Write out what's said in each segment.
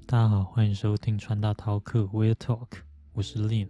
大家好，欢迎收听穿搭饕客 Wear Talk， 我是 Liam。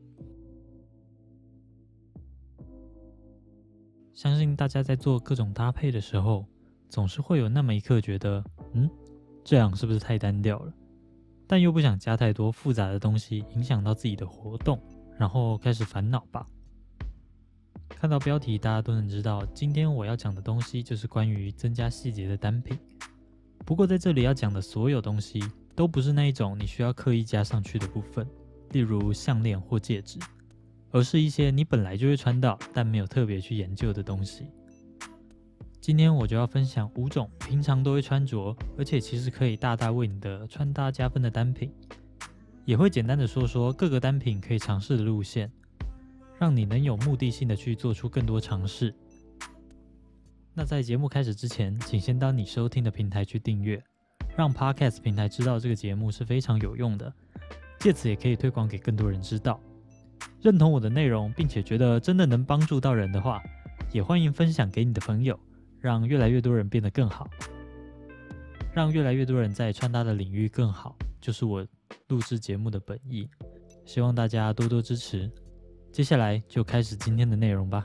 相信大家在做各种搭配的时候，总是会有那么一刻觉得，这样是不是太单调了？但又不想加太多复杂的东西，影响到自己的活动，然后开始烦恼吧。看到标题，大家都能知道，今天我要讲的东西就是关于增加细节的单品。不过在这里要讲的所有东西，都不是那一种你需要刻意加上去的部分，例如项链或戒指，而是一些你本来就会穿到，但没有特别去研究的东西。今天我就要分享5种平常都会穿着，而且其实可以大大为你的穿搭加分的单品，也会简单的说说各个单品可以尝试的路线，让你能有目的性的去做出更多尝试。那在节目开始之前，请先到你收听的平台去订阅，让 Podcast 平台知道这个节目是非常有用的，借此也可以推广给更多人知道。认同我的内容，并且觉得真的能帮助到人的话，也欢迎分享给你的朋友，让越来越多人变得更好，让越来越多人在穿搭的领域更好，就是我录制节目的本意。希望大家多多支持。接下来就开始今天的内容吧。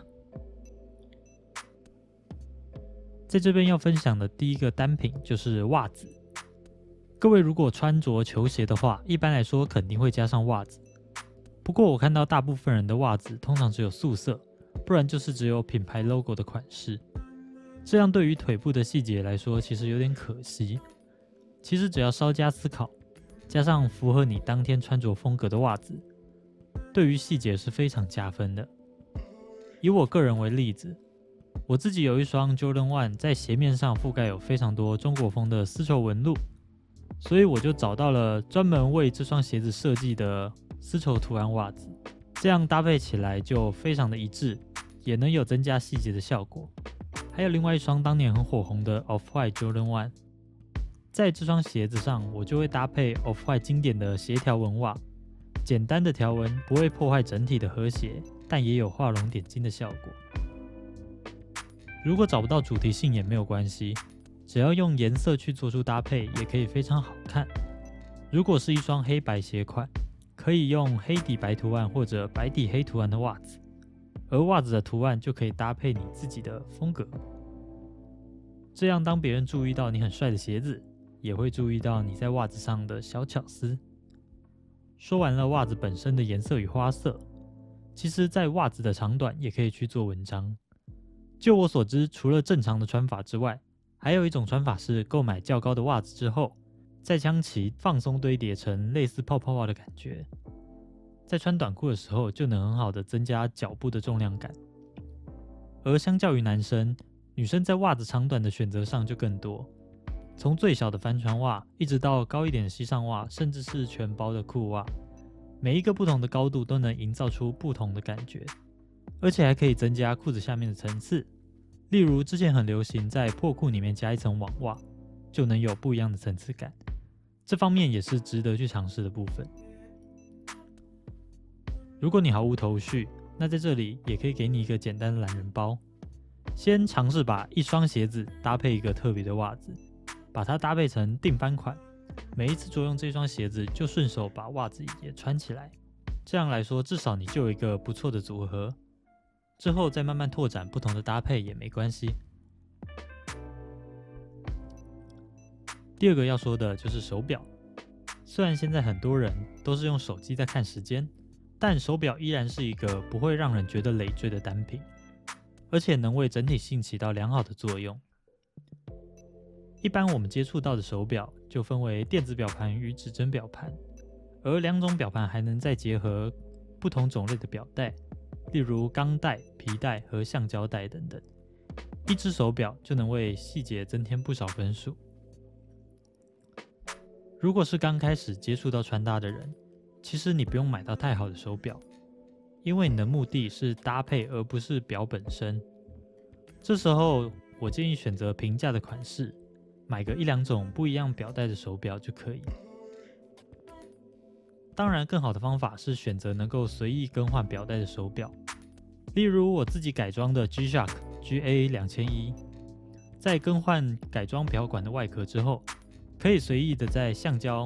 在这边要分享的第一个单品就是袜子。各位如果穿着球鞋的话，一般来说肯定会加上袜子。不过我看到大部分人的袜子通常只有素色，不然就是只有品牌 logo 的款式。这样对于腿部的细节来说，其实有点可惜。其实只要稍加思考，加上符合你当天穿着风格的袜子，对于细节是非常加分的。以我个人为例子，我自己有一双 Jordan 1， 在鞋面上覆盖有非常多中国风的丝绸纹路，所以我就找到了专门为这双鞋子设计的丝绸图案袜子，这样搭配起来就非常的一致，也能有增加细节的效果。还有另外一双当年很火红的 Off-White Jordan 1， 在这双鞋子上我就会搭配 Off-White 经典的斜条纹袜，简单的条纹不会破坏整体的和谐，但也有画龙点睛的效果。如果找不到主题性也没有关系，只要用颜色去做出搭配也可以非常好看。如果是一双黑白鞋款，可以用黑底白图案或者白底黑图案的袜子，而袜子的图案就可以搭配你自己的风格。这样当别人注意到你很帅的鞋子，也会注意到你在袜子上的小巧思。说完了袜子本身的颜色与花色，其实在袜子的长短也可以去做文章。就我所知，除了正常的穿法之外，还有一种穿法是购买较高的袜子之后，再将其放松堆叠成类似泡泡袜的感觉，在穿短裤的时候就能很好的增加脚部的重量感。而相较于男生，女生在袜子长短的选择上就更多，从最小的帆船袜一直到高一点的膝上袜，甚至是全包的裤袜，每一个不同的高度都能营造出不同的感觉，而且还可以增加裤子下面的层次。例如之前很流行在破裤里面加一层网袜，就能有不一样的层次感，这方面也是值得去尝试的部分。如果你毫无头绪，那在这里也可以给你一个简单的懒人包，先尝试把一双鞋子搭配一个特别的袜子，把它搭配成定番款，每一次着用这双鞋子就顺手把袜子也穿起来，这样来说至少你就有一个不错的组合，之后再慢慢拓展不同的搭配也没关系。第二个要说的就是手表。虽然现在很多人都是用手机在看时间，但手表依然是一个不会让人觉得累赘的单品，而且能为整体性起到良好的作用。一般我们接触到的手表就分为电子表盘与指针表盘，而两种表盘还能再结合不同种类的表带，例如钢带、皮带和橡胶带等等，一只手表就能为细节增添不少分数。如果是刚开始接触到穿搭的人，其实你不用买到太好的手表，因为你的目的是搭配而不是表本身。这时候我建议选择平价的款式，买个1-2种不一样表带的手表就可以。当然更好的方法是选择能够随意更换表带的手表，例如我自己改装的 G-Shock GA2100，在更换改装表管的外壳之后，可以随意的在橡胶、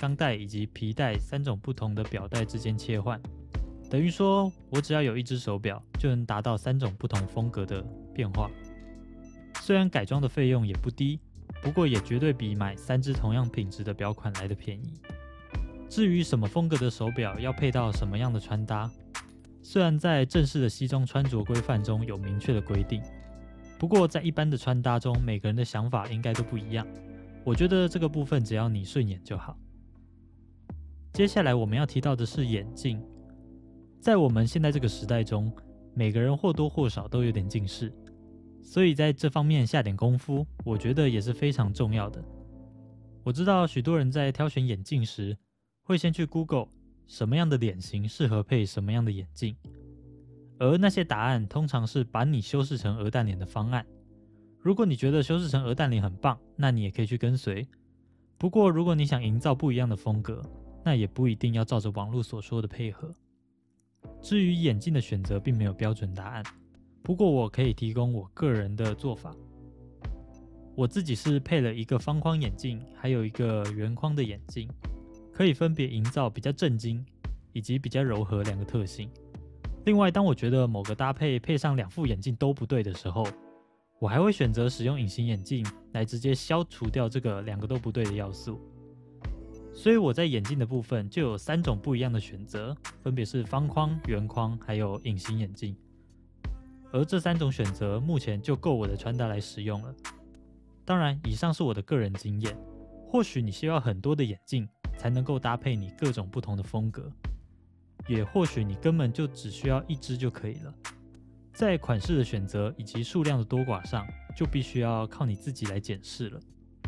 钢带以及皮带3种不同的表带之间切换，等于说我只要有一只手表就能达到3种不同风格的变化。虽然改装的费用也不低，不过也绝对比买3只同样品质的表款来得便宜。至于什么风格的手表要配到什么样的穿搭，虽然在正式的西装穿着规范中有明确的规定，不过在一般的穿搭中，每个人的想法应该都不一样。我觉得这个部分只要你顺眼就好。接下来我们要提到的是眼镜。在我们现在这个时代中，每个人或多或少都有点近视，所以在这方面下点功夫，我觉得也是非常重要的。我知道许多人在挑选眼镜时，会先去 Google 什么样的脸型适合配什么样的眼镜，而那些答案通常是把你修饰成鹅蛋脸的方案。如果你觉得修饰成鹅蛋脸很棒，那你也可以去跟随。不过如果你想营造不一样的风格，那也不一定要照着网络所说的配合。至于眼镜的选择并没有标准答案，不过我可以提供我个人的做法。我自己是配了一个方框眼镜，还有一个圆框的眼镜，可以分别营造比较震惊以及比较柔和2个特性。另外，当我觉得某个搭配配上2副眼镜都不对的时候，我还会选择使用隐形眼镜来直接消除掉这个2个都不对的要素。所以我在眼镜的部分就有3种不一样的选择，分别是方框、圆框还有隐形眼镜。而这3种选择目前就够我的穿搭来使用了。当然，以上是我的个人经验，或许你需要很多的眼镜才能够搭配你各种不同的风格，也或许你根本就只需要1只就可以了。在款式的选择以及数量的多寡上，就必须要靠你自己来检视了。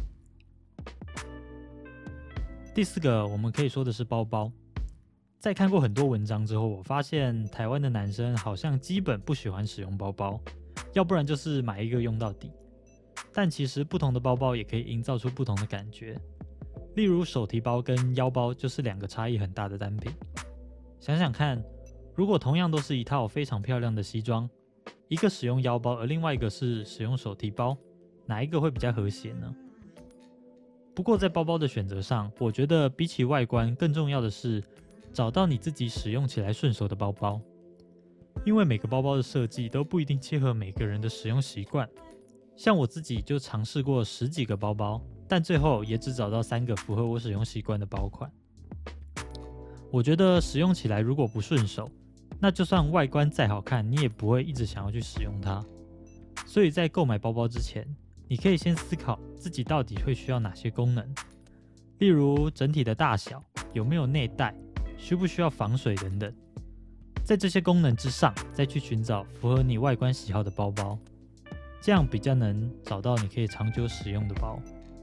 第4个，我们可以说的是包包。在看过很多文章之后，我发现台湾的男生好像基本不喜欢使用包包，要不然就是买一个用到底。但其实不同的包包也可以营造出不同的感觉。例如手提包跟腰包就是2个差异很大的单品。想想看，如果同样都是一套非常漂亮的西装，一个使用腰包，而另外一个是使用手提包，哪一个会比较和谐呢？不过在包包的选择上，我觉得比起外观，更重要的是找到你自己使用起来顺手的包包。因为每个包包的设计都不一定切合每个人的使用习惯。像我自己就尝试过10几个包包，但最后也只找到3个符合我使用习惯的包款。我觉得使用起来如果不顺手，那就算外观再好看，你也不会一直想要去使用它。所以在购买包包之前，你可以先思考自己到底会需要哪些功能，例如整体的大小，有没有内袋，需不需要防水等等。在这些功能之上，再去寻找符合你外观喜好的包包，这样比较能找到你可以长久使用的包。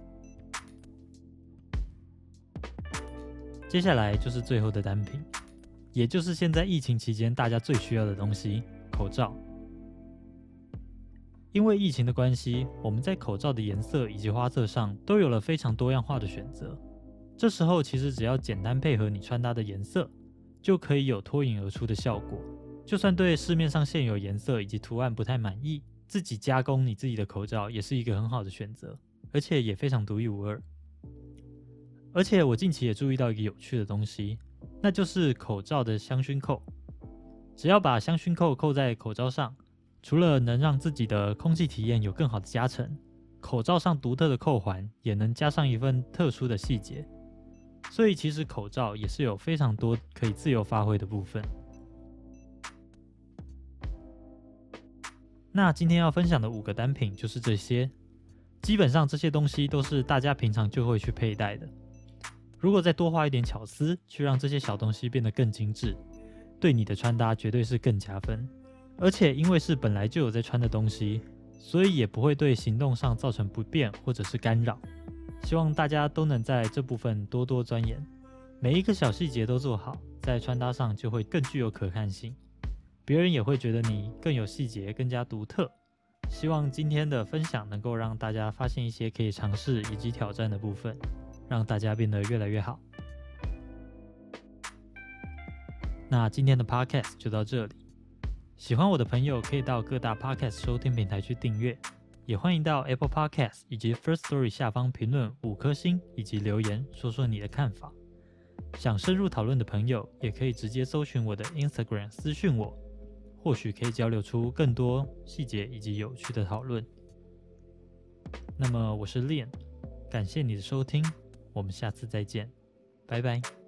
接下来就是最后的单品，也就是现在疫情期间大家最需要的东西——口罩。因为疫情的关系，我们在口罩的颜色以及花色上都有了非常多样化的选择。这时候其实只要简单配合你穿搭的颜色，就可以有脱颖而出的效果。就算对市面上现有颜色以及图案不太满意，自己加工你自己的口罩也是一个很好的选择，而且也非常独一无二。而且我近期也注意到一个有趣的东西，那就是口罩的香薰扣。只要把香薰扣扣在口罩上，除了能让自己的空气体验有更好的加成，口罩上独特的扣环也能加上一份特殊的细节。所以其实口罩也是有非常多可以自由发挥的部分。那今天要分享的5个单品就是这些，基本上这些东西都是大家平常就会去佩戴的。如果再多花一点巧思，去让这些小东西变得更精致，对你的穿搭绝对是更加分。而且因为是本来就有在穿的东西，所以也不会对行动上造成不便或者是干扰。希望大家都能在这部分多多钻研，每一个小细节都做好，在穿搭上就会更具有可看性，别人也会觉得你更有细节，更加独特。希望今天的分享能够让大家发现一些可以尝试以及挑战的部分，让大家变得越来越好。那今天的 Podcast 就到这里，喜欢我的朋友可以到各大 Podcast 收听平台去订阅，也欢迎到 Apple Podcast 以及 First Story 下方评论5颗星以及留言，说说你的看法。 想深入讨论的朋友，也可以直接搜寻我的 Instagram 私讯我，或许可以交流出更多细节以及有趣的讨论。那么我是 Lian，感谢你的收听，我们下次再见，拜拜。